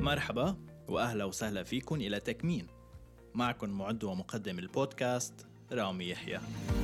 مرحبا وأهلا وسهلا فيكم إلى تكمين. معكم معد ومقدم البودكاست رامي يحيى.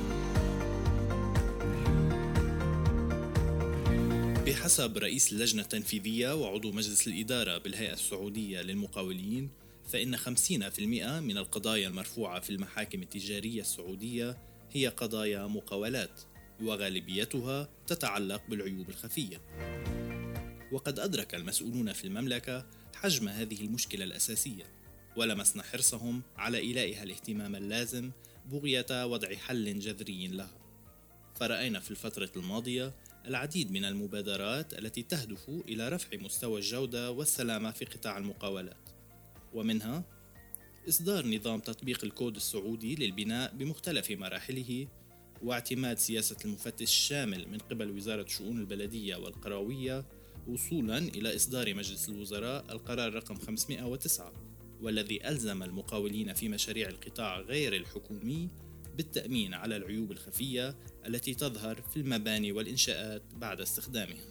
بحسب رئيس اللجنة التنفيذية وعضو مجلس الإدارة بالهيئة السعودية للمقاولين، فإن 50% من القضايا المرفوعة في المحاكم التجارية السعودية هي قضايا مقاولات، وغالبيتها تتعلق بالعيوب الخفية. وقد أدرك المسؤولون في المملكة حجم هذه المشكلة الأساسية، ولمسنا حرصهم على إيلائها الاهتمام اللازم بغية وضع حل جذري لها. فرأينا في الفترة الماضية العديد من المبادرات التي تهدف إلى رفع مستوى الجودة والسلامة في قطاع المقاولات، ومنها إصدار نظام تطبيق الكود السعودي للبناء بمختلف مراحله، واعتماد سياسة المفتش الشامل من قبل وزارة شؤون البلدية والقروية، وصولا إلى إصدار مجلس الوزراء القرار رقم 509، والذي ألزم المقاولين في مشاريع القطاع غير الحكومي بالتأمين على العيوب الخفية التي تظهر في المباني والإنشاءات بعد استخدامها.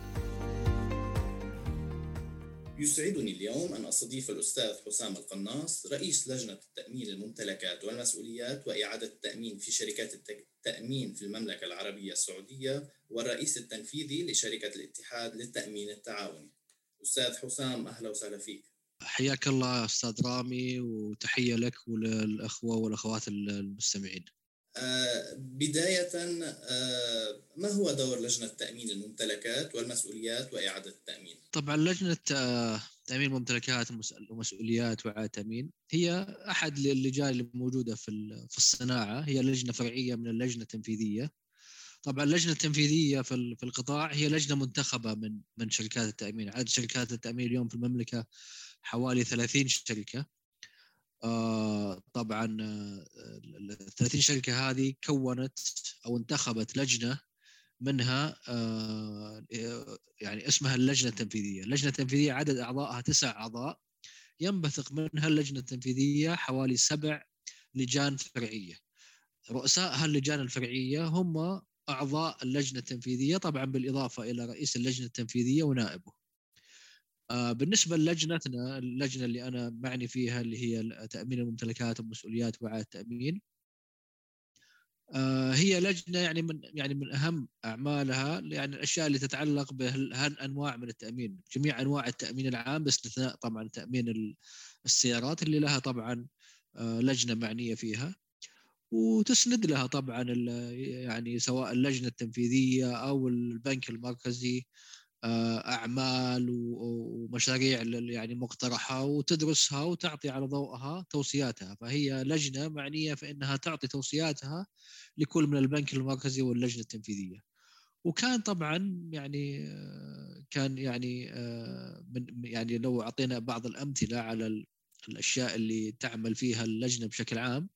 يسعدني اليوم أن أستضيف الأستاذ حسام القناص، رئيس لجنة التأمين الممتلكات والمسؤوليات وإعادة التأمين في شركات التأمين في المملكة العربية السعودية، والرئيس التنفيذي لشركة الاتحاد للتأمين التعاوني. أستاذ حسام، أهلا وسهلا فيك. حياك الله أستاذ رامي، وتحية لك وللأخوة والأخوات المستمعين. بداية، ما هو دور لجنة تأمين الممتلكات والمسؤوليات وإعادة التأمين؟ طبعا لجنة تأمين الممتلكات ومسؤوليات وإعادة التأمين هي أحد اللجان الموجودة في الصناعة، هي لجنة فرعية من اللجنة التنفيذية. طبعا اللجنة التنفيذية في القطاع هي لجنة منتخبة من شركات التأمين. عدد شركات التأمين اليوم في المملكة حوالي 30 شركة. طبعا 30 شركة هذه كونت أو انتخبت لجنة منها، يعني اسمها اللجنة التنفيذية. اللجنة التنفيذية عدد أعضائها 9 أعضاء، ينبثق منها اللجنة التنفيذية حوالي 7 لجان فرعية. رؤساء هاللجان الفرعية هم أعضاء اللجنة التنفيذية، طبعا بالإضافة إلى رئيس اللجنة التنفيذية ونائبه. بالنسبة للجنتنا، اللجنة اللي أنا معني فيها اللي هي تأمين الممتلكات والمسؤوليات وإعادة التأمين، هي لجنة يعني من أهم أعمالها يعني الأشياء اللي تتعلق بهالأنواع من التأمين، جميع أنواع التأمين العام باستثناء طبعا تأمين السيارات اللي لها طبعا لجنة معنية فيها، وتسند لها طبعا يعني سواء اللجنة التنفيذية أو البنك المركزي أعمال ومشاريع يعني مقترحة، وتدرسها وتعطي على ضوءها توصياتها. فهي لجنة معنية في أنها تعطي توصياتها لكل من البنك المركزي واللجنة التنفيذية. وكان طبعا يعني كان يعني لو أعطينا بعض الأمثلة على الأشياء اللي تعمل فيها اللجنة بشكل عام،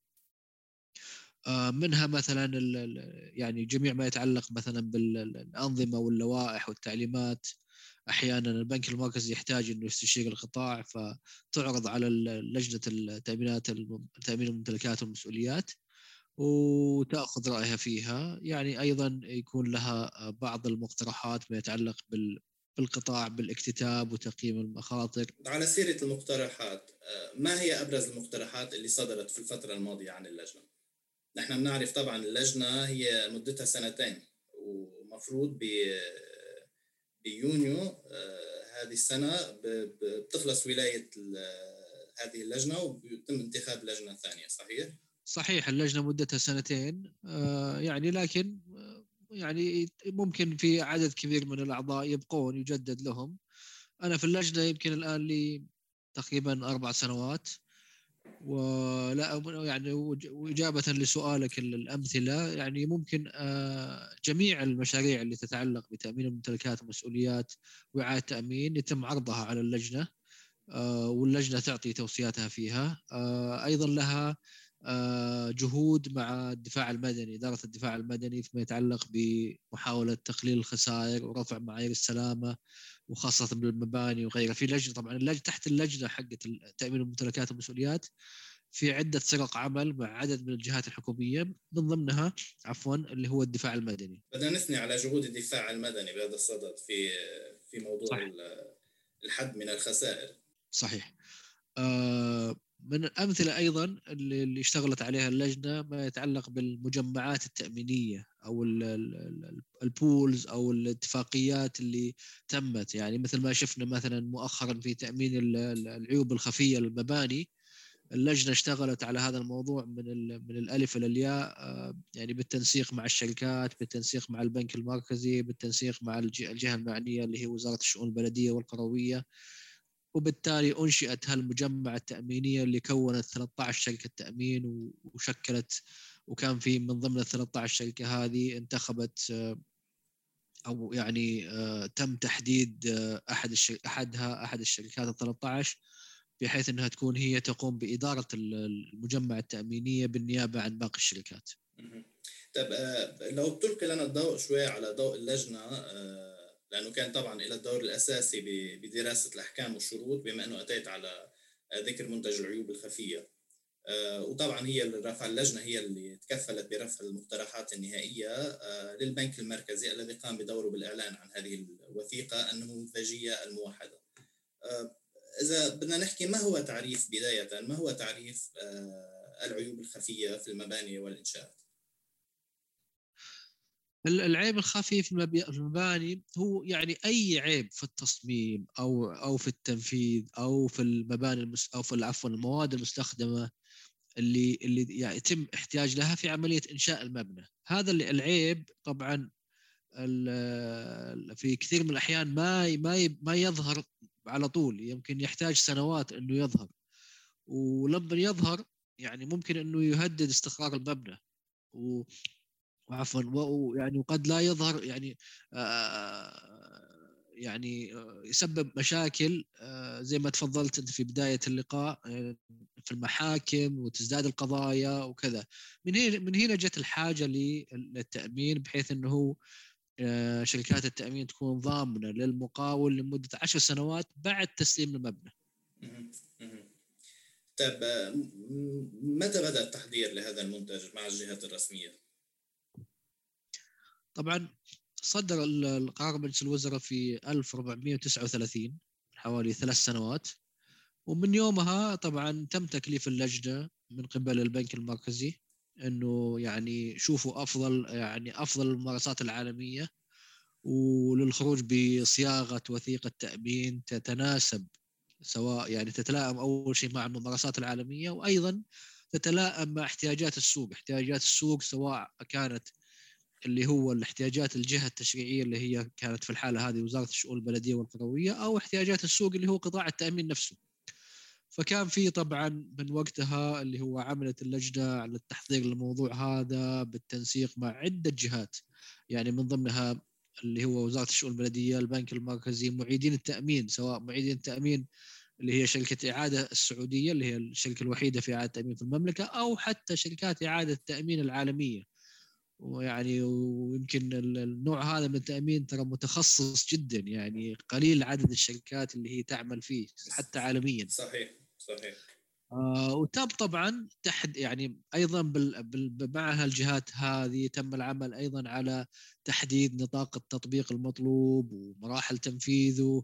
منها مثلا يعني جميع ما يتعلق مثلا بالأنظمة واللوائح والتعليمات. أحيانا البنك المركزي يحتاج أنه يستشير القطاع، فتعرض على لجنة تأمين الممتلكات والمسؤوليات وتأخذ رأيها فيها. يعني أيضا يكون لها بعض المقترحات ما يتعلق بالقطاع بالاكتتاب وتقييم المخاطر. على سيرة المقترحات، ما هي أبرز المقترحات اللي صدرت في الفترة الماضية عن اللجنة؟ نحن بنعرف طبعا اللجنة هي مدتها 2 ومفروض بيونيو هذه السنة بتخلص ولاية هذه اللجنة وبيتم انتخاب لجنة ثانية، صحيح؟ صحيح، اللجنة مدتها 2 يعني لكن يعني ممكن في عدد كبير من الأعضاء يبقون يجدد لهم. أنا في اللجنة يمكن الآن لي تقريبا 4 سنوات. ولا يعني وإجابة لسؤالك الأمثلة، يعني ممكن جميع المشاريع اللي تتعلق بتأمين الممتلكات والمسؤوليات وإعادة تأمين يتم عرضها على اللجنة، واللجنة تعطي توصياتها فيها. أيضا لها جهود مع الدفاع المدني، إدارة الدفاع المدني فيما يتعلق بمحاولة تقليل الخسائر ورفع معايير السلامة، وخاصة بالمباني وغيرها. في لجنة طبعا تحت اللجنة حقة تأمين الممتلكات والمسؤوليات في عدة فرق عمل مع عدد من الجهات الحكومية، من ضمنها اللي هو الدفاع المدني. بدنا نثني على جهود الدفاع المدني بهذا الصدد في موضوع صح. الحد من الخسائر. صحيح. من الأمثلة أيضا اللي اشتغلت عليها اللجنة ما يتعلق بالمجمعات التأمينية أو البولز أو الاتفاقيات اللي تمت، يعني مثل ما شفنا مثلا مؤخرا في تأمين العيوب الخفية للمباني. اللجنة اشتغلت على هذا الموضوع من الألف إلى الياء، يعني بالتنسيق مع الشركات، بالتنسيق مع البنك المركزي، بالتنسيق مع الجهة المعنية اللي هي وزارة الشؤون البلدية والقروية. وبالتالي أنشئت هالمجمع التأمينية اللي كونت 13 شركة تأمين وشكلت، وكان في من ضمن ال 13 شركة هذه انتخبت أو يعني تم تحديد أحد الشركات ال 13 بحيث أنها تكون هي تقوم بإدارة المجمع التأمينية بالنيابة عن باقي الشركات. طب لو بتلقي لنا الضوء شوي على ضوء اللجنة، لأنه كان طبعا إلى الدور الأساسي بدراسة الأحكام والشروط، بما أنه أتيت على ذكر منتج العيوب الخفية، وطبعا هي رفع اللجنة هي اللي تكفلت برفع المقترحات النهائية للبنك المركزي الذي قام بدوره بالإعلان عن هذه الوثيقة النموذجية الموحدة. إذا بدنا نحكي ما هو تعريف بداية، ما هو تعريف العيوب الخفية في المباني والإنشاءات؟ العيب الخفي في المباني هو يعني أي عيب في التصميم أو في التنفيذ أو في المباني أو في عفوا المواد المستخدمة اللي يعني يتم احتياج لها في عملية إنشاء المبنى. هذا العيب طبعا في كثير من الأحيان ما يظهر على طول، يمكن يحتاج سنوات إنه يظهر، ولما يظهر يعني ممكن إنه يهدد استقرار المبنى وعفوا يعني وقد لا يظهر يعني يسبب مشاكل زي ما تفضلت انت في بدايه اللقاء في المحاكم وتزداد القضايا وكذا. من هنا جت الحاجه للتامين بحيث انه شركات التامين تكون ضامنه للمقاول لمده 10 سنوات بعد تسليم المبنى. طيب متى بدأ التحضير لهذا المنتج مع الجهات الرسميه؟ طبعا صدر القرار مجلس الوزراء في 1439 حوالي 3 سنوات، ومن يومها طبعا تم تكليف اللجنة من قبل البنك المركزي انه يعني شوفوا افضل الممارسات العالمية وللخروج بصياغة وثيقة تأمين تتناسب، سواء يعني تتلائم اول شيء مع الممارسات العالمية وايضا تتلائم مع احتياجات السوق سواء كانت اللي هو الاحتياجات الجهة التشريعية اللي هي كانت في الحالة هذه وزارة الشؤون البلدية والقروية أو احتياجات السوق اللي هو قطاع التأمين نفسه. فكان في طبعا من وقتها اللي هو عملت اللجنة على التحضير للموضوع هذا بالتنسيق مع عدة جهات، يعني من ضمنها اللي هو وزارة الشؤون البلدية، البنك المركزي، معيدين التأمين، سواء معيدين التأمين اللي هي شركة إعادة السعودية اللي هي الشركة الوحيدة في إعادة التأمين في المملكة، أو حتى شركات إعادة التأمين العالمية. ويعني ويمكن النوع هذا من التأمين ترى متخصص جدا، يعني قليل عدد الشركات اللي هي تعمل فيه حتى عالميا. صحيح. وتم طبعا يعني ايضا مع هالجهات هذه تم العمل ايضا على تحديد نطاق التطبيق المطلوب ومراحل تنفيذه،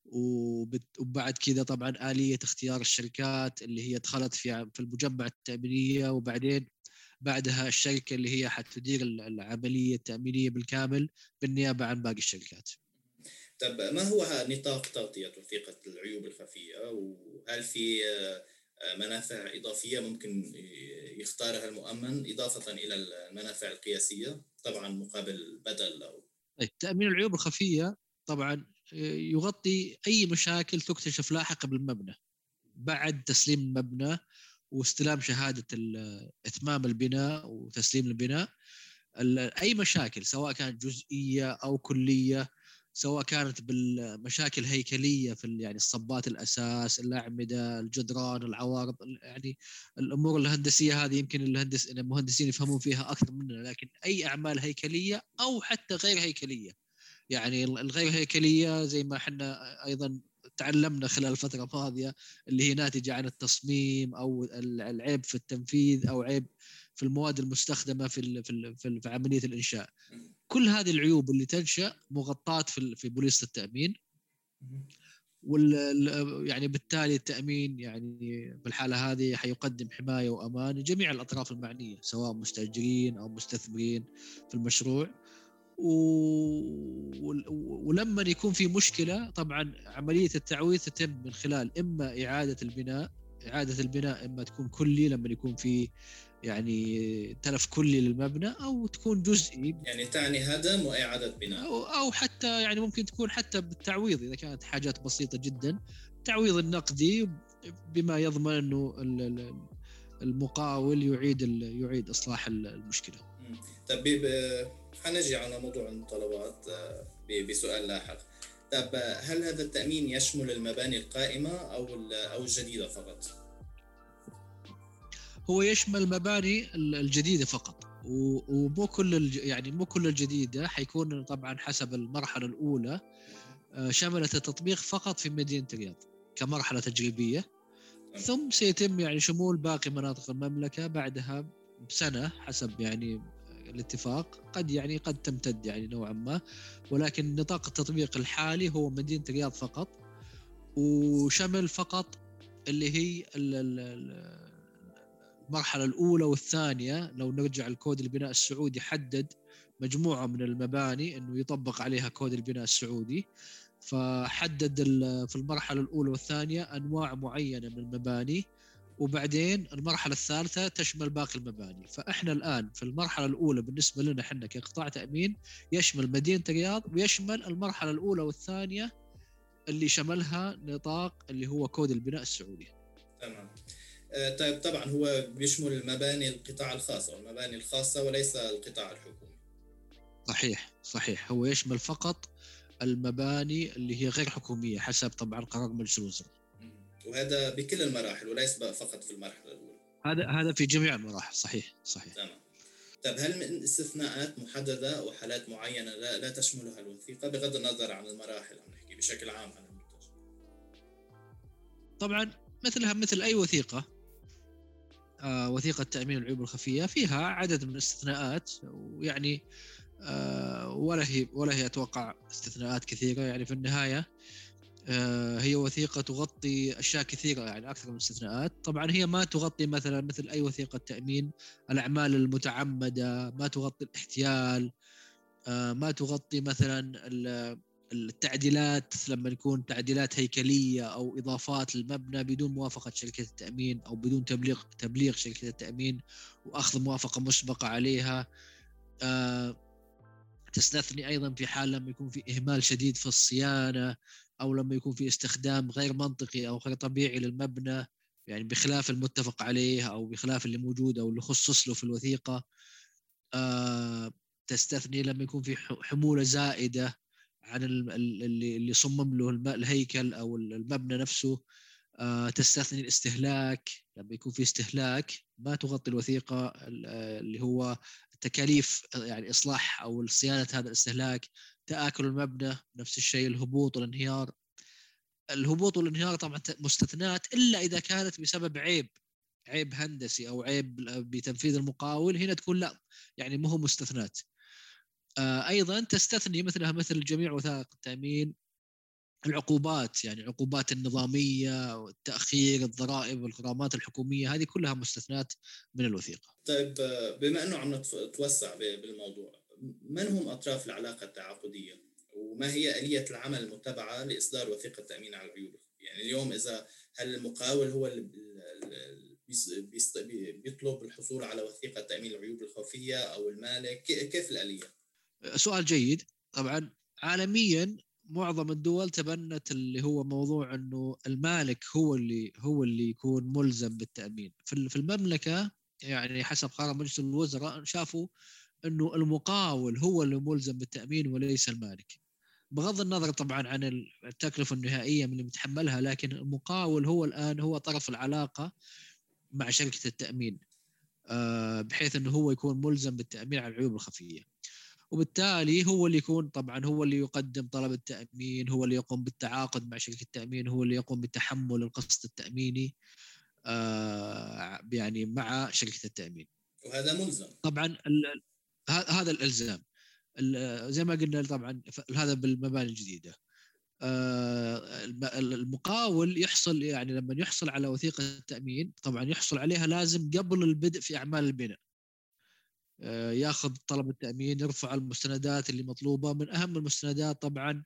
وبعد كذا طبعا آلية اختيار الشركات اللي هي دخلت في المجمع التأمينية، وبعدين بعدها الشركة اللي هي حتدير العملية التأمينية بالكامل بالنيابة عن باقي الشركات. طب ما هو نطاق تغطية وثيقة العيوب الخفية، وهل في منافع إضافية ممكن يختارها المؤمن إضافة إلى المنافع القياسية طبعا مقابل بدل طيب، تأمين العيوب الخفية طبعا يغطي أي مشاكل تكتشف لاحقا بالمبنى بعد تسليم المبنى واستلام شهادة إتمام البناء وتسليم البناء. أي مشاكل سواء كانت جزئية أو كلية، سواء كانت بالمشاكل هيكلية في يعني الصبات الأساس، الأعمدة، الجدران، العوارض، يعني الأمور الهندسية هذه يمكن المهندسين يفهمون فيها أكثر مننا، لكن أي أعمال هيكلية أو حتى غير هيكلية. يعني الغير هيكلية زي ما احنا أيضا تعلمنا خلال الفترة الماضية اللي هي ناتجة عن التصميم أو العيب في التنفيذ أو عيب في المواد المستخدمة في عملية الإنشاء. كل هذه العيوب اللي تنشأ مغطاة في بوليصة التأمين. يعني بالتالي التأمين يعني بالحالة هذه حيقدم حماية وأمان لجميع الأطراف المعنية سواء مستأجرين أو مستثمرين في المشروع. ولما يكون في مشكلة طبعا عملية التعويض تتم من خلال إما إعادة البناء إما تكون كلي لما يكون في يعني تلف كلي للمبنى، أو تكون جزئي يعني تعني هدم وإعادة بناء، أو حتى يعني ممكن تكون حتى بالتعويض إذا كانت حاجات بسيطة جدا، التعويض النقدي بما يضمن أنه المقاول يعيد إصلاح المشكلة. طب حنجي على موضوع المطالبات بسؤال لاحق. طب هل هذا التأمين يشمل المباني القائمة أو الجديدة فقط؟ هو يشمل المباني الجديدة فقط، ومو كل يعني مو كل الجديدة حيكون طبعا حسب المرحلة الأولى شملت التطبيق فقط في مدينة الرياض كمرحلة تجريبية، ثم سيتم يعني شمول باقي مناطق المملكة بعدها بسنة حسب يعني الاتفاق، قد تمتد يعني نوعا ما، ولكن نطاق التطبيق الحالي هو مدينة الرياض فقط، وشمل فقط اللي هي المرحلة الأولى والثانية. لو نرجع الكود البناء السعودي حدد مجموعة من المباني أنه يطبق عليها كود البناء السعودي، فحدد في المرحلة الأولى والثانية أنواع معينة من المباني، وبعدين المرحلة الثالثة تشمل باقي المباني. فإحنا الآن في المرحلة الأولى بالنسبة لنا إحنا كقطاع تأمين يشمل مدينة الرياض، ويشمل المرحلة الأولى والثانية اللي شملها نطاق اللي هو كود البناء السعودي. تمام. طيب طبعا هو بيشمل المباني القطاع الخاص أو المباني الخاصة وليس القطاع الحكومي. صحيح هو يشمل فقط المباني اللي هي غير حكومية حسب طبعا قرار مجلس الوزراء، وهذا بكل المراحل وليس فقط في المرحلة الأولى. هذا في جميع المراحل. صحيح. تمام. طب هل من استثناءات محددة أو حالات معينة لا تشملها الوثيقة بغض النظر عن المراحل، عم نحكي بشكل عام عن المنتج؟ طبعا مثل أي وثيقة، وثيقة تأمين العيوب الخفية فيها عدد من الاستثناءات، ويعني ولا هي أتوقع استثناءات كثيرة، يعني في النهاية هي وثيقة تغطي أشياء كثيرة يعني أكثر من استثناءات. طبعا هي ما تغطي مثل أي وثيقة تأمين الأعمال المتعمدة، ما تغطي الاحتيال، ما تغطي مثلا التعديلات لما يكون تعديلات هيكلية أو إضافات للمبنى بدون موافقة شركة التأمين أو بدون تبليغ شركة التأمين وأخذ موافقة مسبقة عليها. تستثني أيضا في حال لما يكون في إهمال شديد في الصيانة، أو لما يكون في استخدام غير منطقي أو غير طبيعي للمبنى، يعني بخلاف المتفق عليه أو بخلاف اللي موجود أو اللي خصص له في الوثيقة. تستثني لما يكون في حمولة زائدة عن اللي صمم له الهيكل أو المبنى نفسه. تستثني الاستهلاك، لما يكون في استهلاك ما تغطي الوثيقة اللي هو تكاليف يعني إصلاح أو صيانة هذا الاستهلاك. تآكل المبنى نفس الشيء، الهبوط والانهيار طبعا مستثنات إلا إذا كانت بسبب عيب هندسي أو عيب بتنفيذ المقاول، هنا تكون لا يعني مو مستثنات. أيضا تستثني مثل جميع وثائق التأمين العقوبات، يعني العقوبات النظامية والتأخير، الضرائب والغرامات الحكومية، هذه كلها مستثنات من الوثيقة. طيب بما أنه عم نتوسع بالموضوع، من هم أطراف العلاقة التعاقدية وما هي آلية العمل المتبعة لإصدار وثيقة تأمين على العيوب؟ يعني اليوم هل المقاول هو اللي بيطلب الحصول على وثيقة تأمين العيوب الخفية أو المالك؟ كيف الآلية؟ سؤال جيد. طبعا عالميا معظم الدول تبنت اللي هو موضوع انه المالك هو اللي يكون ملزم بالتأمين. في المملكة يعني حسب قرار مجلس الوزراء شافوا انه المقاول هو اللي ملزم بالتأمين وليس المالك، بغض النظر طبعا عن التكلفة النهائية من اللي متحملها، لكن المقاول هو الآن هو طرف العلاقة مع شركة التأمين، بحيث انه هو يكون ملزم بالتأمين على العيوب الخفية، وبالتالي هو اللي يكون طبعا هو اللي يقدم طلب التأمين، هو اللي يقوم بالتعاقد مع شركة التأمين، هو اللي يقوم بتحمل القسط التأميني يعني مع شركة التأمين. وهذا ملزم طبعا هذا الإلزام زي ما قلنا طبعا هذا بالمباني الجديدة. المقاول يحصل يعني لما يحصل على وثيقة التأمين طبعا يحصل عليها لازم قبل البدء في أعمال البناء، ياخذ طلب التأمين، يرفع المستندات اللي مطلوبة. من أهم المستندات طبعا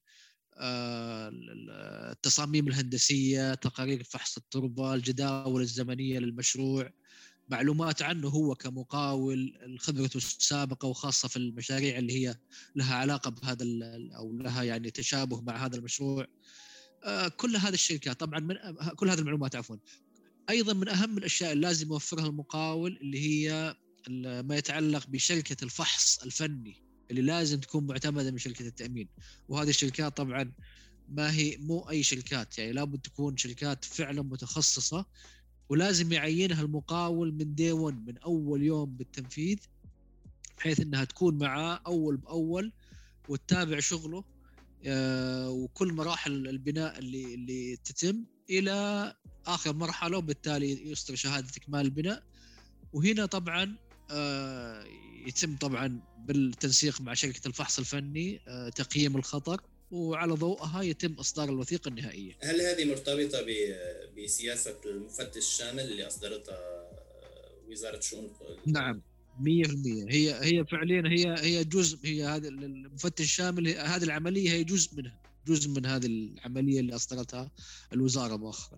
التصاميم الهندسية، تقارير فحص التربة، الجداول الزمنية للمشروع، معلومات عنه هو كمقاول، خبرته السابقة وخاصة في المشاريع اللي هي لها علاقة بهذا أو لها يعني تشابه مع هذا المشروع. كل هذه الشركات طبعا كل هذه المعلومات عفوا. أيضا من أهم الأشياء اللي لازم يوفرها المقاول اللي هي ما يتعلق بشركة الفحص الفني اللي لازم تكون معتمدة من شركة التأمين. وهذه الشركات طبعا ما هي مو أي شركات، يعني لابد تكون شركات فعلا متخصصة، ولازم يعينها المقاول من day one، من أول يوم بالتنفيذ، بحيث أنها تكون معاه أول بأول وتتابع شغله وكل مراحل البناء اللي تتم إلى آخر مرحلة، وبالتالي يصدر شهادة إكمال البناء. وهنا طبعا يتم طبعا بالتنسيق مع شركة الفحص الفني تقييم الخطر، وعلى ضوءها يتم إصدار الوثيقة النهائية. هل هذه مرتبطة بسياسة المفتش الشامل اللي أصدرتها وزارة شؤون؟ نعم 100%. هي فعليا هي جزء، هي هذا المفتش الشامل، هذه العملية هي جزء منها، جزء من هذه العملية اللي أصدرتها الوزارة مؤخرا.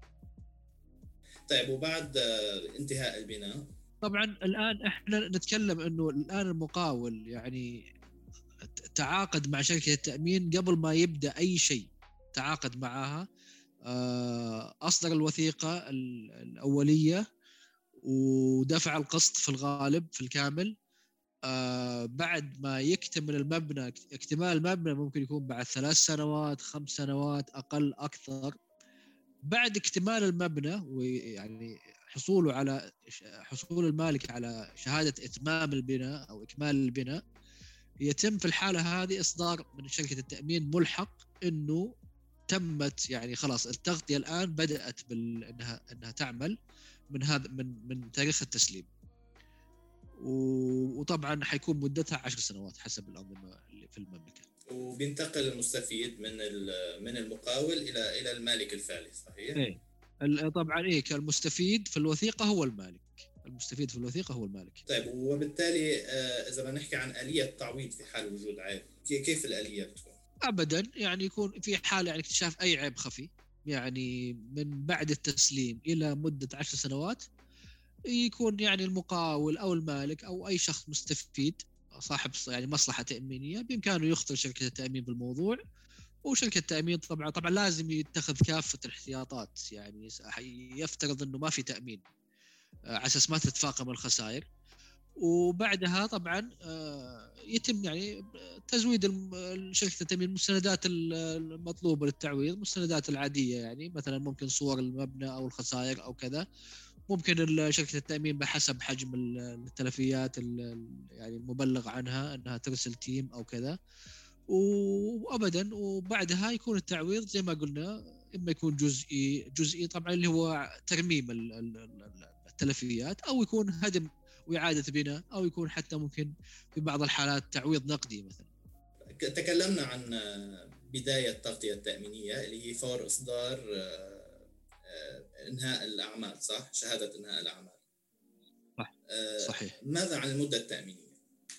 طيب، وبعد انتهاء البناء طبعا الآن احنا نتكلم انه الآن المقاول يعني تعاقد مع شركة التأمين قبل ما يبدأ أي شيء، تعاقد معها، أصدر الوثيقة الأولية ودفع القسط في الغالب في الكامل. بعد ما يكتمل المبنى، اكتمال المبنى ممكن يكون بعد 3 سنوات 5 سنوات أقل أكثر. بعد اكتمال المبنى ويعني حصول المالك على شهادة إتمام البناء أو إكمال البناء، يتم في الحالة هذه إصدار من شركة التأمين ملحق إنه تمت يعني خلاص التغطية الآن بدأت إنها تعمل من هذا من تاريخ التسليم. وطبعا حيكون مدتها 10 سنوات حسب الأنظمة اللي في المملكة. وبينتقل المستفيد من المقاول إلى المالك الفعلي، صحيح؟ إيه. طبعا إيه، كالمستفيد في الوثيقة هو المالك، المستفيد في الوثيقة هو المالك. طيب، وبالتالي إذا بدنا نحكي عن آلية تعويض في حال وجود عيب، كيف الآلية بتكون؟ أبدا، يعني يكون في حال يعني اكتشاف أي عيب خفي، يعني من بعد التسليم إلى مدة 10 سنوات، يكون يعني المقاول أو المالك أو أي شخص مستفيد صاحب يعني مصلحة تأمينية بإمكانه يخطر شركة التأمين بالموضوع. وشركة التأمين طبعا لازم يتخذ كافة الاحتياطات، يعني يفترض أنه ما في تأمين على أساس ما تتفاقم الخسائر. وبعدها طبعا يتم يعني تزويد شركة التأمين المستندات المطلوبة للتعويض، المستندات العادية، يعني مثلا ممكن صور المبنى أو الخسائر أو كذا. ممكن شركة التأمين بحسب حجم التلفيات يعني المبلغ عنها أنها ترسل تيم أو كذا. وأبدا، وبعدها يكون التعويض زي ما قلنا إما يكون جزئي طبعا اللي هو ترميم التلفيات، أو يكون هدم وإعادة بناء، أو يكون حتى ممكن في بعض الحالات تعويض نقدي مثلا. تكلمنا عن بداية التغطية التأمينية اللي هي فور إصدار إنهاء الأعمال، صح؟ شهادة إنهاء الأعمال. صحيح. ماذا عن المدة التأمينية؟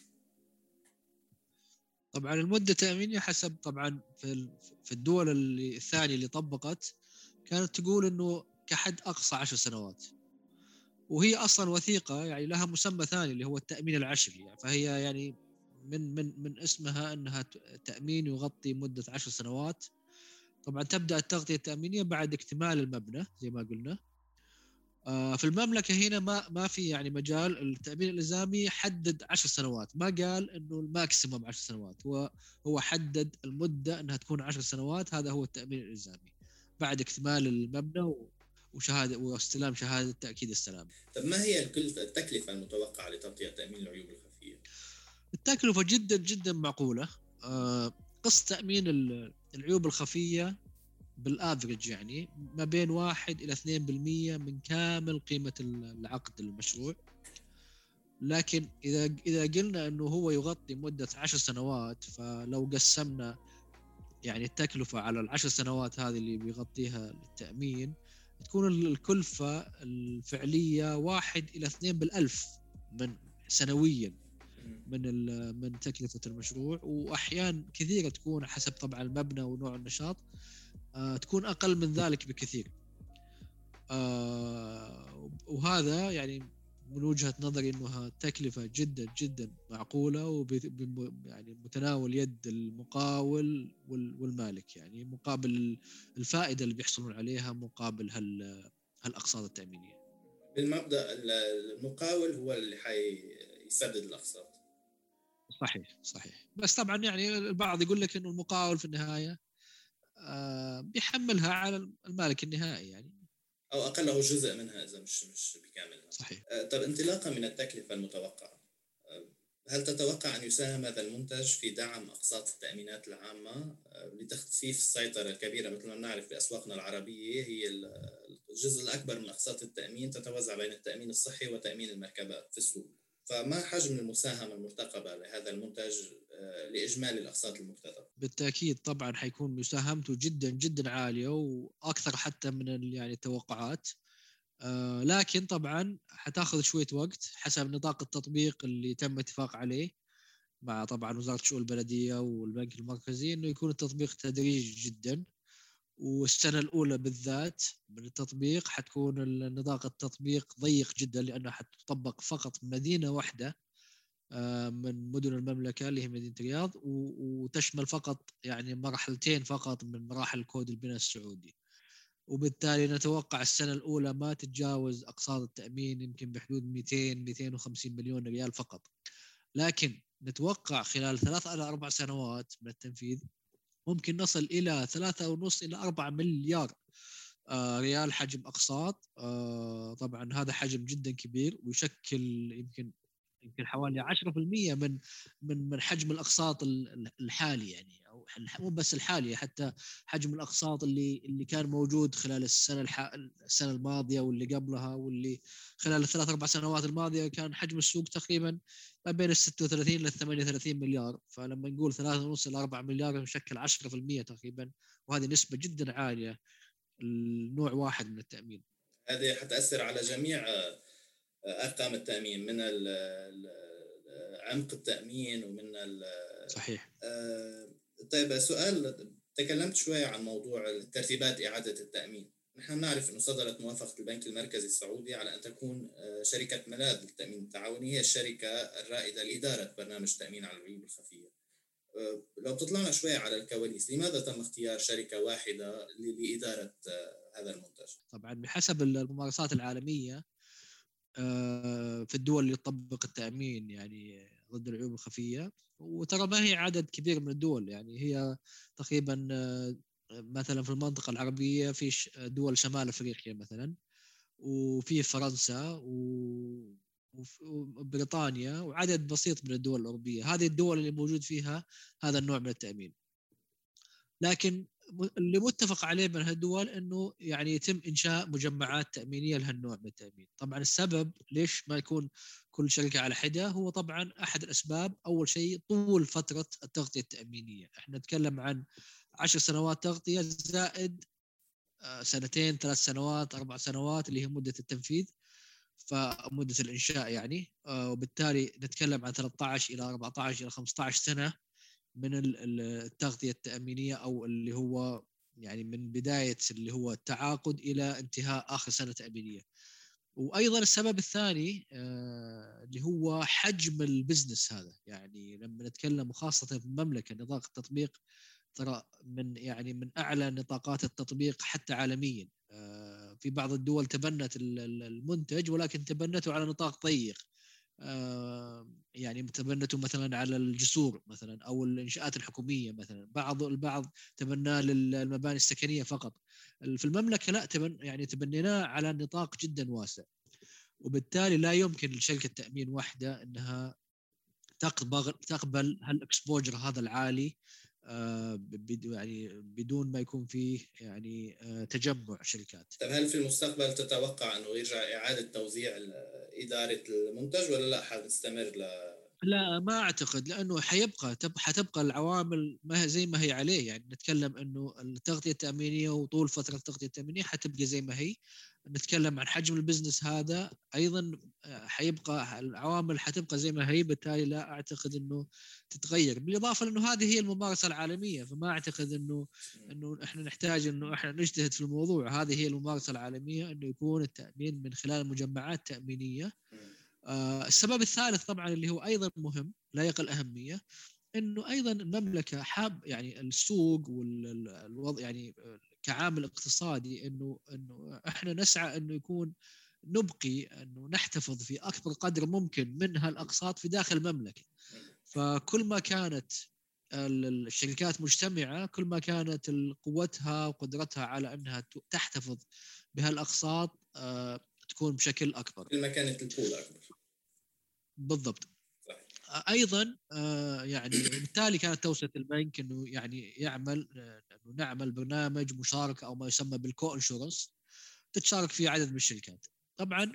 طبعا المدة التأمينية حسب طبعا في الدول الثانية اللي طبقت كانت تقول إنه كحد أقصى 10 سنوات، وهي أصلا وثيقة يعني لها مسمى ثاني اللي هو التأمين العشري، يعني فهي يعني من اسمها أنها تأمين يغطي مدة 10 سنوات. طبعا تبدأ التغطية التأمينية بعد اكتمال المبنى زي ما قلنا. في المملكة هنا ما في يعني مجال، التأمين الإلزامي حدد 10 سنوات، ما قال إنه الماكسيموم 10 سنوات، هو حدد المدة أنها تكون 10 سنوات. هذا هو التأمين الإلزامي بعد اكتمال المبنى وشهادة واستلام شهادة تأكيد السلام. طب ما هي التكلفة المتوقعة لتغطية تأمين العيوب الخفية؟ التكلفة جدا جدا معقولة. قسط تأمين العيوب الخفية بالآفرج يعني ما بين 1 إلى 2% من كامل قيمة العقد المشروع. لكن إذا قلنا أنه هو يغطي مدة 10 سنوات، فلو قسمنا يعني التكلفة على العشر سنوات هذه اللي بيغطيها التأمين تكون الكلفة الفعلية 1 إلى 2 بالألف من سنويا من تكلفة المشروع، وأحيان كثيرة تكون حسب طبعا المبنى ونوع النشاط تكون أقل من ذلك بكثير. وهذا يعني من وجهة نظري أنها تكلفة جدا جدا معقولة يعني متناول يد المقاول والمالك، يعني مقابل الفائدة اللي بيحصلون عليها مقابل هالأقساط التأمينية. بالمبدأ المقاول هو اللي حيسدد الأقساط. صحيح. بس طبعا يعني البعض يقول لك إنه المقاول في النهاية بيحملها على المالك النهائي يعني، أو أقله جزء منها إذا مش بكاملها. صحيح. طب انطلاقا من التكلفة المتوقعة، هل تتوقع أن يساهم هذا المنتج في دعم أقساط التأمينات العامة لتخفيف السيطرة الكبيرة؟ مثل ما نعرف بأسواقنا العربية هي الجزء الأكبر من أقساط التأمين تتوزع بين التأمين الصحي وتأمين المركبات في السوق، فما حجم المساهمة المرتقبة لهذا المنتج لإجمالي الأقساط المكتتبة؟ بالتأكيد طبعا حيكون مساهمته جدا جدا عالية وأكثر حتى من يعني التوقعات، لكن طبعا حتاخذ شوية وقت حسب نطاق التطبيق اللي تم اتفاق عليه مع طبعا وزارة الشؤون البلدية والبنك المركزي، إنه يكون التطبيق تدريجي جدا. والسنة الأولى بالذات من التطبيق حتكون نطاق التطبيق ضيق جدا، لأنه حتطبق فقط مدينة واحدة من مدن المملكة اللي هي مدينة الرياض، وتشمل فقط يعني مرحلتين فقط من مراحل كود البناء السعودي. وبالتالي نتوقع السنة الأولى ما تتجاوز أقساط التأمين يمكن بحدود 200-250 مليون ريال فقط، لكن نتوقع خلال 3 إلى 4 سنوات من التنفيذ ممكن نصل إلى 3.5 إلى 4 مليار ريال حجم أقساط. طبعا هذا حجم جدا كبير ويشكل يمكن حوالي 10% من حجم الأقساط الحالي، يعني أو مو بس الحالي، حتى حجم الأقساط اللي كان موجود خلال السنة الماضية واللي قبلها واللي خلال الثلاث 4 سنوات الماضية كان حجم السوق تقريبا ما بين 36 إلى 38 مليار، فلما نقول 3.5 إلى 4 مليار يشكل 10% تقريبا، وهذه نسبة جدا عالية النوع واحد من التأمين. هذه حتأثر على جميع أرقام التأمين، من عمق التأمين ومن صحيح. طيب سؤال، تكلمت شوية عن موضوع ترتيبات إعادة التأمين. نحن نعرف أنه صدرت موافقة البنك المركزي السعودي على أن تكون شركة ملاذ للتأمين التعاوني هي الشركة الرائدة لإدارة برنامج التأمين على العيوب الخفية. لو بتطلعنا شوية على الكواليس، لماذا تم اختيار شركة واحدة لإدارة هذا المنتج؟ طبعا بحسب الممارسات العالمية في الدول اللي تطبق التأمين يعني ضد العيوب الخفية، وترى ما هي عدد كبير من الدول، يعني هي تقريبا مثلا في المنطقة العربية في دول شمال أفريقيا مثلا، وفي فرنسا وبريطانيا وعدد بسيط من الدول الأوروبية. هذه الدول اللي موجود فيها هذا النوع من التأمين، لكن اللي متفق عليه من هالدول انه يعني يتم انشاء مجمعات تامينيه لهالنوع من التامين. طبعا السبب ليش ما يكون كل شركه على حده هو طبعا احد الاسباب، اول شيء طول فتره التغطيه التامينيه، احنا نتكلم عن 10 سنوات تغطيه زائد 2 3 سنوات 4 سنوات اللي هي مده التنفيذ، فمده الانشاء يعني، وبالتالي نتكلم عن 13 الى 14 الى 15 سنه من التغطية التأمينية، أو اللي هو يعني من بداية اللي هو التعاقد إلى انتهاء آخر سنة تأمينية. وأيضا السبب الثاني اللي هو حجم البزنس هذا، يعني لما نتكلم وخاصة في المملكة نطاق التطبيق ترى من أعلى نطاقات التطبيق حتى عالميا. في بعض الدول تبنت المنتج ولكن تبنته على نطاق ضيق، يعني تبنته مثلا على الجسور مثلا او الانشاءات الحكوميه مثلا، البعض تبناه للمباني السكنيه فقط. في المملكه لا، يعني تبنيناه على نطاق جدا واسع، وبالتالي لا يمكن لشركه تامين واحده انها تقبل هالاكسبوجر هذا العالي يعني بدون ما يكون فيه يعني تجمع شركات. طيب هل في المستقبل تتوقع أنه يرجع إعادة توزيع إدارة المنتج ولا لا حنستمر لا ما اعتقد، لانه حتبقى العوامل ما زي ما هي عليه. يعني نتكلم انه التغطيه التامينيه وطول فتره التغطيه التامينيه حتبقى زي ما هي. نتكلم عن حجم البزنس هذا ايضا، حيبقى العوامل حتبقى زي ما هي، بالتالي لا اعتقد انه تتغير. بالاضافه لانه هذه هي الممارسه العالميه، فما اعتقد انه احنا نحتاج انه احنا نجتهد في الموضوع. هذه هي الممارسه العالميه، انه يكون التامين من خلال مجمعات تامينيه. السبب الثالث طبعا اللي هو ايضا مهم لا يقل اهميه، انه ايضا المملكه يعني السوق والوضع يعني كعامل اقتصادي، انه احنا نسعى انه يكون نبقي انه نحتفظ في اكبر قدر ممكن من هالاقساط في داخل المملكه. فكل ما كانت الشركات مجتمعه، كل ما كانت قوتها وقدرتها على انها تحتفظ بهالاقساط تكون بشكل اكبر، كل ما كانت البول اكبر. بالضبط. ايضا يعني وبالتالي كانت توصيه البنك انه يعني يعمل انه نعمل برنامج مشاركه او ما يسمى بالكو انشورنس، تتشارك فيه عدد من الشركات. طبعا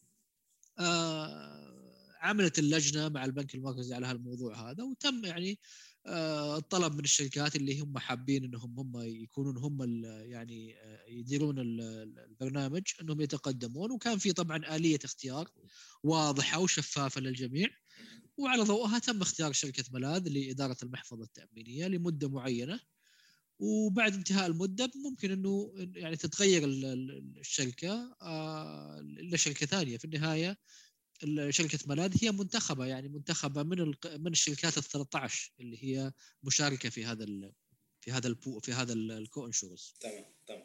عملت اللجنه مع البنك المركزي على هالموضوع هذا، وتم يعني الطلب من الشركات اللي هم حابين انهم هم يكونون هم يعني يديرون البرنامج انهم يتقدمون. وكان في طبعا آلية اختيار واضحة وشفافة للجميع، وعلى ضوءها تم اختيار شركة ملاذ لإدارة المحفظة التأمينية لمدة معينة. وبعد انتهاء المدة ممكن أنه يعني تتغير الشركة إلى شركة ثانية. في النهاية شركة ملاذ هي منتخبة، يعني منتخبة من الشركات ال13 اللي هي مشاركة في هذا الكو انشورنس. تمام.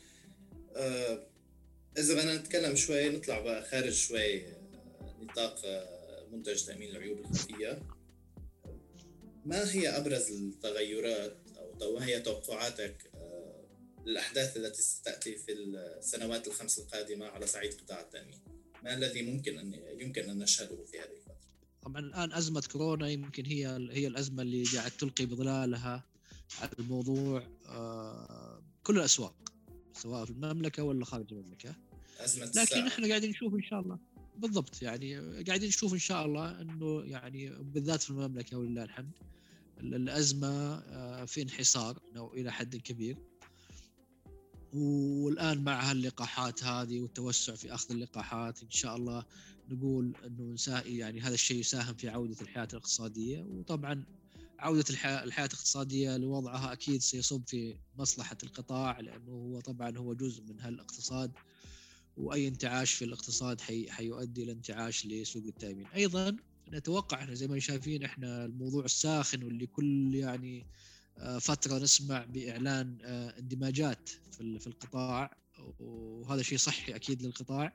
إذا بدنا نتكلم شوي، نطلع بقى خارج شوي نطاق منتج تأمين العيوب الخفية. ما هي أبرز التغيرات أو ما هي توقعاتك للأحداث التي ستأتي في السنوات ال5 القادمة على صعيد قطاع التأمين؟ ما الذي يمكن أن نشهده في هذه الفترة؟ طبعا الآن أزمة كورونا يمكن هي الأزمة اللي قاعد تلقي بظلالها على الموضوع كل الأسواق، سواء في المملكة ولا خارج المملكة. لكن احنا قاعدين نشوف إن شاء الله، بالضبط يعني قاعدين نشوف إن شاء الله أنه يعني بالذات في المملكة ولله الحمد الأزمة في انحصار إلى حد كبير. والآن مع هاللقاحات هذه والتوسع في أخذ اللقاحات إن شاء الله نقول أنه يعني هذا الشيء يساهم في عودة الحياة الاقتصادية. وطبعا عودة الحياة الاقتصادية لوضعها أكيد سيصب في مصلحة القطاع، لأنه هو طبعا هو جزء من هالاقتصاد، وأي انتعاش في الاقتصاد حيؤدي إلى انتعاش لسوق التأمين. أيضا نتوقع احنا زي ما شايفين احنا الموضوع الساخن واللي كل يعني فترة نسمع بإعلان اندماجات في القطاع، وهذا شيء صحي أكيد للقطاع،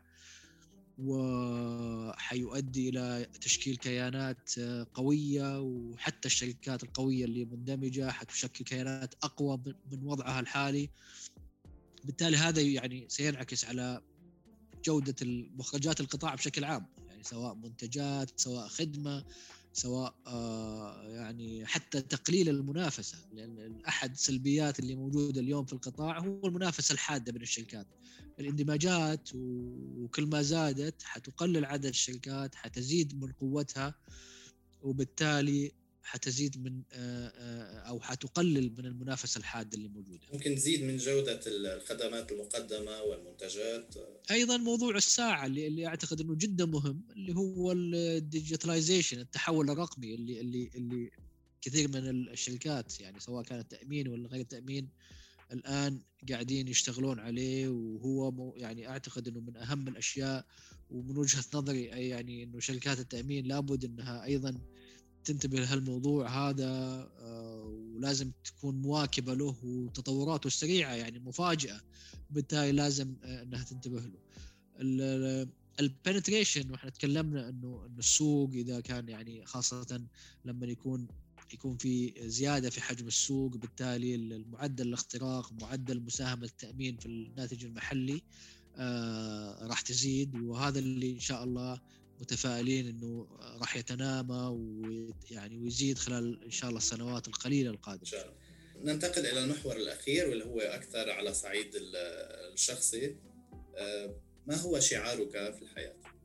وحيؤدي إلى تشكيل كيانات قوية. وحتى الشركات القوية اللي مندمجة حتشكل كيانات أقوى من وضعها الحالي. بالتالي هذا يعني سينعكس على جودة مخرجات القطاع بشكل عام، يعني سواء منتجات سواء خدمة سواء يعني حتى تقليل المنافسة. لأن أحد سلبيات اللي موجودة اليوم في القطاع هو المنافسة الحادة بين الشركات. الاندماجات وكل ما زادت حتقلل عدد الشركات، حتزيد من قوتها، وبالتالي حتزيد من أو حتقلل من المنافسة الحادة اللي موجودة. ممكن تزيد من جودة الخدمات المقدمة والمنتجات. أيضا موضوع الساعة اللي أعتقد أنه جدا مهم، اللي هو الديجيتاليزيشن، التحول الرقمي اللي كثير من الشركات يعني سواء كانت تأمين ولا غير تأمين الآن قاعدين يشتغلون عليه. وهو يعني أعتقد أنه من أهم الأشياء، ومن وجهة نظري يعني أنه شركات التأمين لابد أنها أيضا تنتبه لهالموضوع هذا، ولازم تكون مواكبة له وتطوراته السريعة يعني مفاجئة، بالتالي لازم أنها تنتبه له. البنتريشن، واحنا تكلمنا انه السوق اذا كان يعني خاصة لما يكون في زيادة في حجم السوق، بالتالي المعدل الاختراق معدل مساهمة التأمين في الناتج المحلي راح تزيد. وهذا اللي ان شاء الله متفائلين انه راح يتنامى ويعني ويزيد خلال ان شاء الله السنوات القليلة القادمة ان شاء الله. ننتقل الى المحور الاخير واللي هو اكثر على صعيد الشخصي. ما هو شعارك في الحياة؟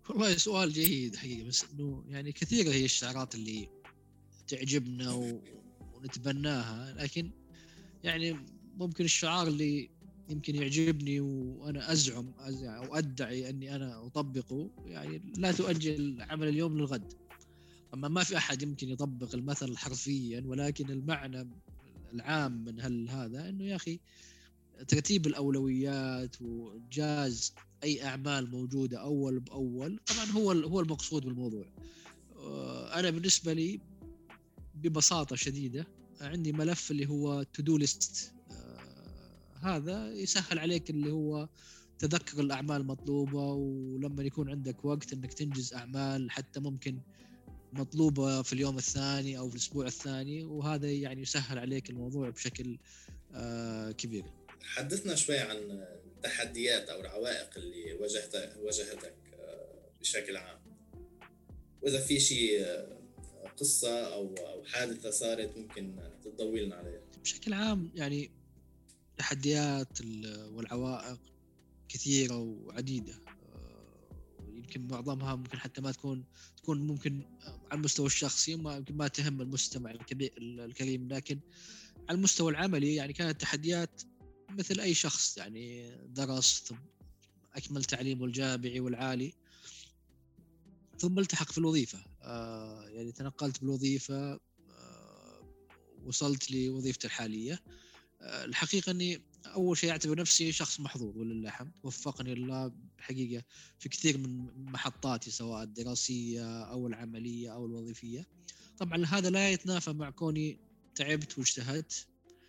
والله سؤال جيد حقيقة، بس انه يعني كثيرة هي الشعارات اللي تعجبنا ونتبناها، لكن يعني ممكن الشعار اللي يمكن يعجبني وانا ازعم او ادعي اني انا اطبقه، يعني لا تؤجل عمل اليوم للغد. اما ما في احد يمكن يطبق المثل حرفيا، ولكن المعنى العام من هذا انه يا اخي ترتيب الاولويات وانجاز اي اعمال موجوده اول باول، طبعا هو المقصود بالموضوع. انا بالنسبه لي ببساطه شديده عندي ملف اللي هو تو دو ليست، هذا يسهل عليك اللي هو تذكر الاعمال المطلوبه، ولما يكون عندك وقت انك تنجز اعمال حتى ممكن مطلوبه في اليوم الثاني او في الاسبوع الثاني، وهذا يعني يسهل عليك الموضوع بشكل كبير. حدثنا شوي عن التحديات او العوائق اللي واجهتك بشكل عام، واذا في شيء قصة أو حادثة صارت ممكن تضوي لنا عليها. بشكل عام يعني التحديات والعوائق كثيرة وعديدة، يمكن معظمها ممكن حتى ما تكون ممكن على المستوى الشخصي، يمكن ما تهم المستمع الكريم، لكن على المستوى العملي يعني كانت تحديات مثل أي شخص يعني درس ثم أكمل تعليمه الجامعي والعالي ثم التحق في الوظيفة، يعني تنقلت بالوظيفة، وصلت لوظيفتي الحالية. الحقيقة أني أول شيء أعتبر نفسي شخص محظوظ ولله الحمد، وفقني الله بحقيقة في كثير من محطاتي سواء الدراسية أو العملية أو الوظيفية. طبعا هذا لا يتنافى مع كوني تعبت واجتهدت،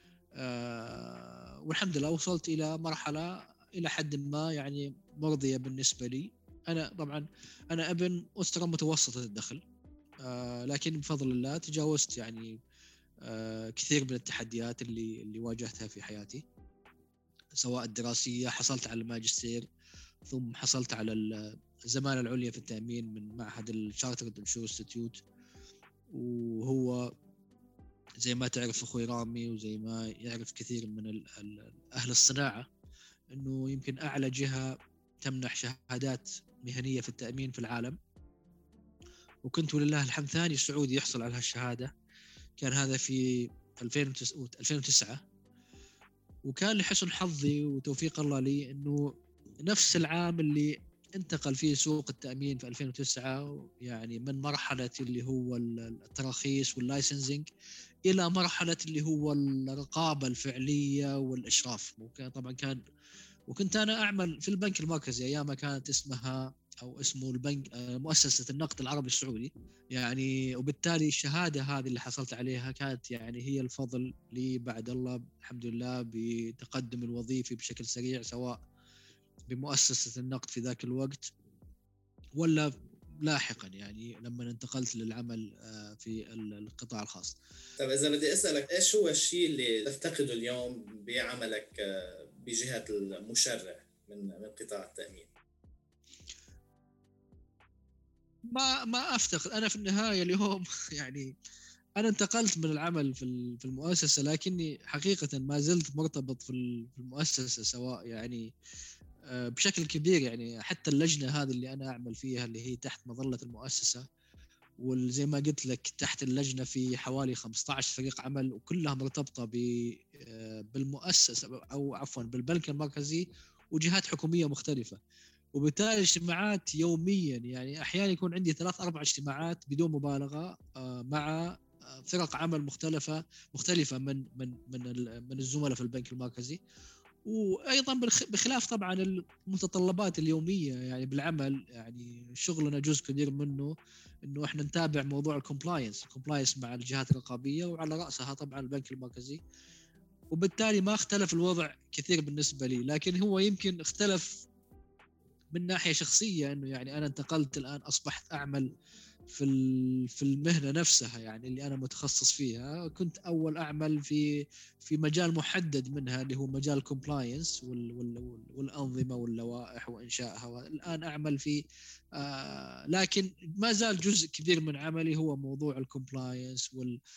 والحمد لله وصلت إلى مرحلة إلى حد ما يعني مرضية بالنسبة لي. أنا طبعا أنا ابن أسرة متوسطة الدخل، لكن بفضل الله تجاوزت يعني كثير من التحديات اللي واجهتها في حياتي، سواء الدراسية، حصلت على الماجستير ثم حصلت على الزمالة العليا في التأمين من معهد الشارترد انستيتيوت، وهو زي ما تعرف أخوي رامي وزي ما يعرف كثير من أهل الصناعة أنه يمكن أعلى جهة تمنح شهادات مهنية في التأمين في العالم، وكنت ولله الحمد ثاني سعودي يحصل على هالشهادة. كان هذا في 2009، وكان لحسن حظي وتوفيق الله لي أنه نفس العام اللي انتقل فيه سوق التأمين في 2009 يعني من مرحلة اللي هو التراخيص واللايسنسنج إلى مرحلة اللي هو الرقابة الفعلية والإشراف. وكان طبعا وكنت أنا أعمل في البنك المركزي أيام كانت اسمها أو اسمه البنك مؤسسة النقد العربي السعودي يعني، وبالتالي الشهادة هذه اللي حصلت عليها كانت يعني هي الفضل لي بعد الله الحمد لله بتقدم الوظيفي بشكل سريع، سواء بمؤسسة النقد في ذاك الوقت ولا لاحقا يعني لما انتقلت للعمل في القطاع الخاص. طيب إذا بدي أسألك إيش هو الشيء اللي تفتقده اليوم بعملك بجهة المشرع من قطاع التأمين؟ ما أفتقد أنا في النهاية اليوم يعني أنا انتقلت من العمل في المؤسسة، لكني حقيقة ما زلت مرتبط في المؤسسة، سواء يعني بشكل كبير يعني حتى اللجنة هذه اللي أنا أعمل فيها اللي هي تحت مظلة المؤسسة، وزي ما قلت لك تحت اللجنة في حوالي 15 فريق عمل وكلها مرتبطة بالمؤسسة أو عفوا بالبنك المركزي وجهات حكومية مختلفة، وبالتالي اجتماعات يوميا يعني أحيانا يكون عندي 3-4 اجتماعات بدون مبالغة مع فرق عمل مختلفة من الزملاء في البنك المركزي، وايضا بخلاف طبعا المتطلبات اليوميه يعني بالعمل. يعني شغلنا جزء كبير منه انه احنا نتابع موضوع الكومبلاينس مع الجهات الرقابيه وعلى راسها طبعا البنك المركزي، وبالتالي ما اختلف الوضع كثير بالنسبه لي، لكن هو يمكن اختلف من ناحيه شخصيه انه يعني انا انتقلت الان اصبحت اعمل في المهنه نفسها يعني اللي انا متخصص فيها. كنت اول اعمل في مجال محدد منها اللي هو مجال الكومبلاينس والانظمه واللوائح وانشائها، والان اعمل في لكن ما زال جزء كبير من عملي هو موضوع الكومبلاينس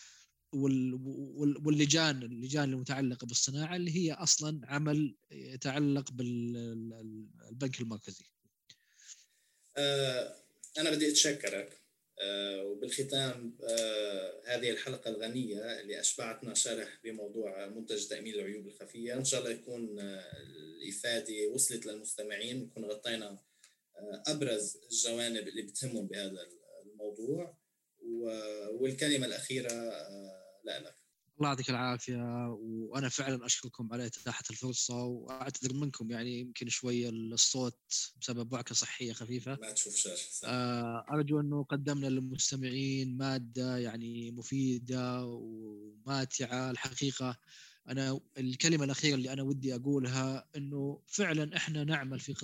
واللجان المتعلقه بالصناعه اللي هي اصلا عمل يتعلق بالبنك المركزي. أنا بدي أتشكرك، وبالختام هذه الحلقة الغنية اللي أشبعتنا شرح بموضوع منتج تأمين العيوب الخفية. إن شاء الله يكون الإفادة وصلت للمستمعين، نكون غطينا أبرز الجوانب اللي بتهمهم بهذا الموضوع. والكلمة الأخيرة لك. الله يعطيك العافية، وأنا فعلا أشكركم على إتاحة الفرصة، وأعتذر منكم يعني يمكن شوية الصوت بسبب وعكة صحية خفيفة. ما تشوف شاش. أرجو أنه قدمنا للمستمعين مادة يعني مفيدة وماتعة. الحقيقة أنا الكلمة الأخيرة اللي أنا ودي أقولها أنه فعلا إحنا نعمل في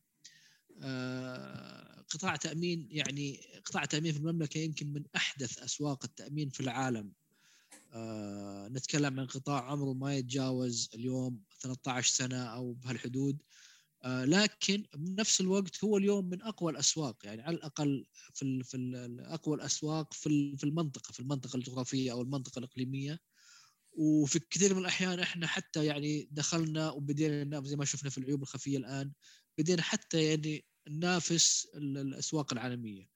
قطاع تأمين، يعني قطاع تأمين في المملكة يمكن من أحدث أسواق التأمين في العالم. نتكلم عن قطاع عمره ما يتجاوز اليوم 13 سنة أو بهالحدود، لكن بنفس الوقت هو اليوم من أقوى الأسواق، يعني على الأقل في أقوى الأسواق في المنطقة الجغرافية أو المنطقة الإقليمية. وفي كثير من الأحيان إحنا حتى يعني دخلنا وبدينا زي ما شفنا في العيوب الخفية الآن، بدينا حتى يعني ننافس الأسواق العالمية.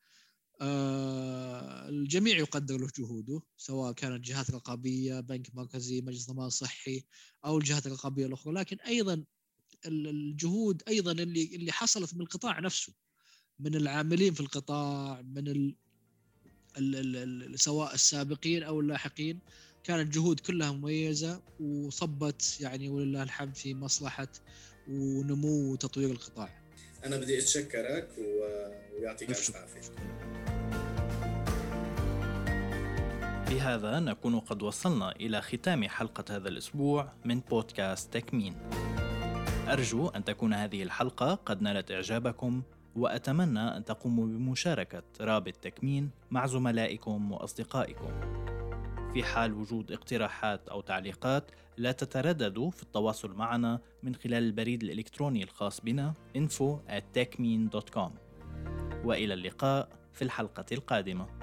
الجميع يقدر له جهوده، سواء كانت جهات رقابية، بنك مركزي، مجلس ضمان صحي، أو الجهات الرقابية الأخرى، لكن أيضا الجهود أيضا اللي حصلت من القطاع نفسه، من العاملين في القطاع، من سواء السابقين أو اللاحقين، كانت جهود كلها مميزة وصبت يعني ولله الحمد في مصلحة ونمو وتطوير القطاع. أنا بدي أتشكرك ويعطيك ألف عافية. بهذا نكون قد وصلنا إلى ختام حلقة هذا الأسبوع من بودكاست تكمين. أرجو أن تكون هذه الحلقة قد نالت إعجابكم، وأتمنى أن تقوموا بمشاركة رابط تكمين مع زملائكم وأصدقائكم. في حال وجود اقتراحات أو تعليقات لا تترددوا في التواصل معنا من خلال البريد الإلكتروني الخاص بنا info@techmeen.com. وإلى اللقاء في الحلقة القادمة.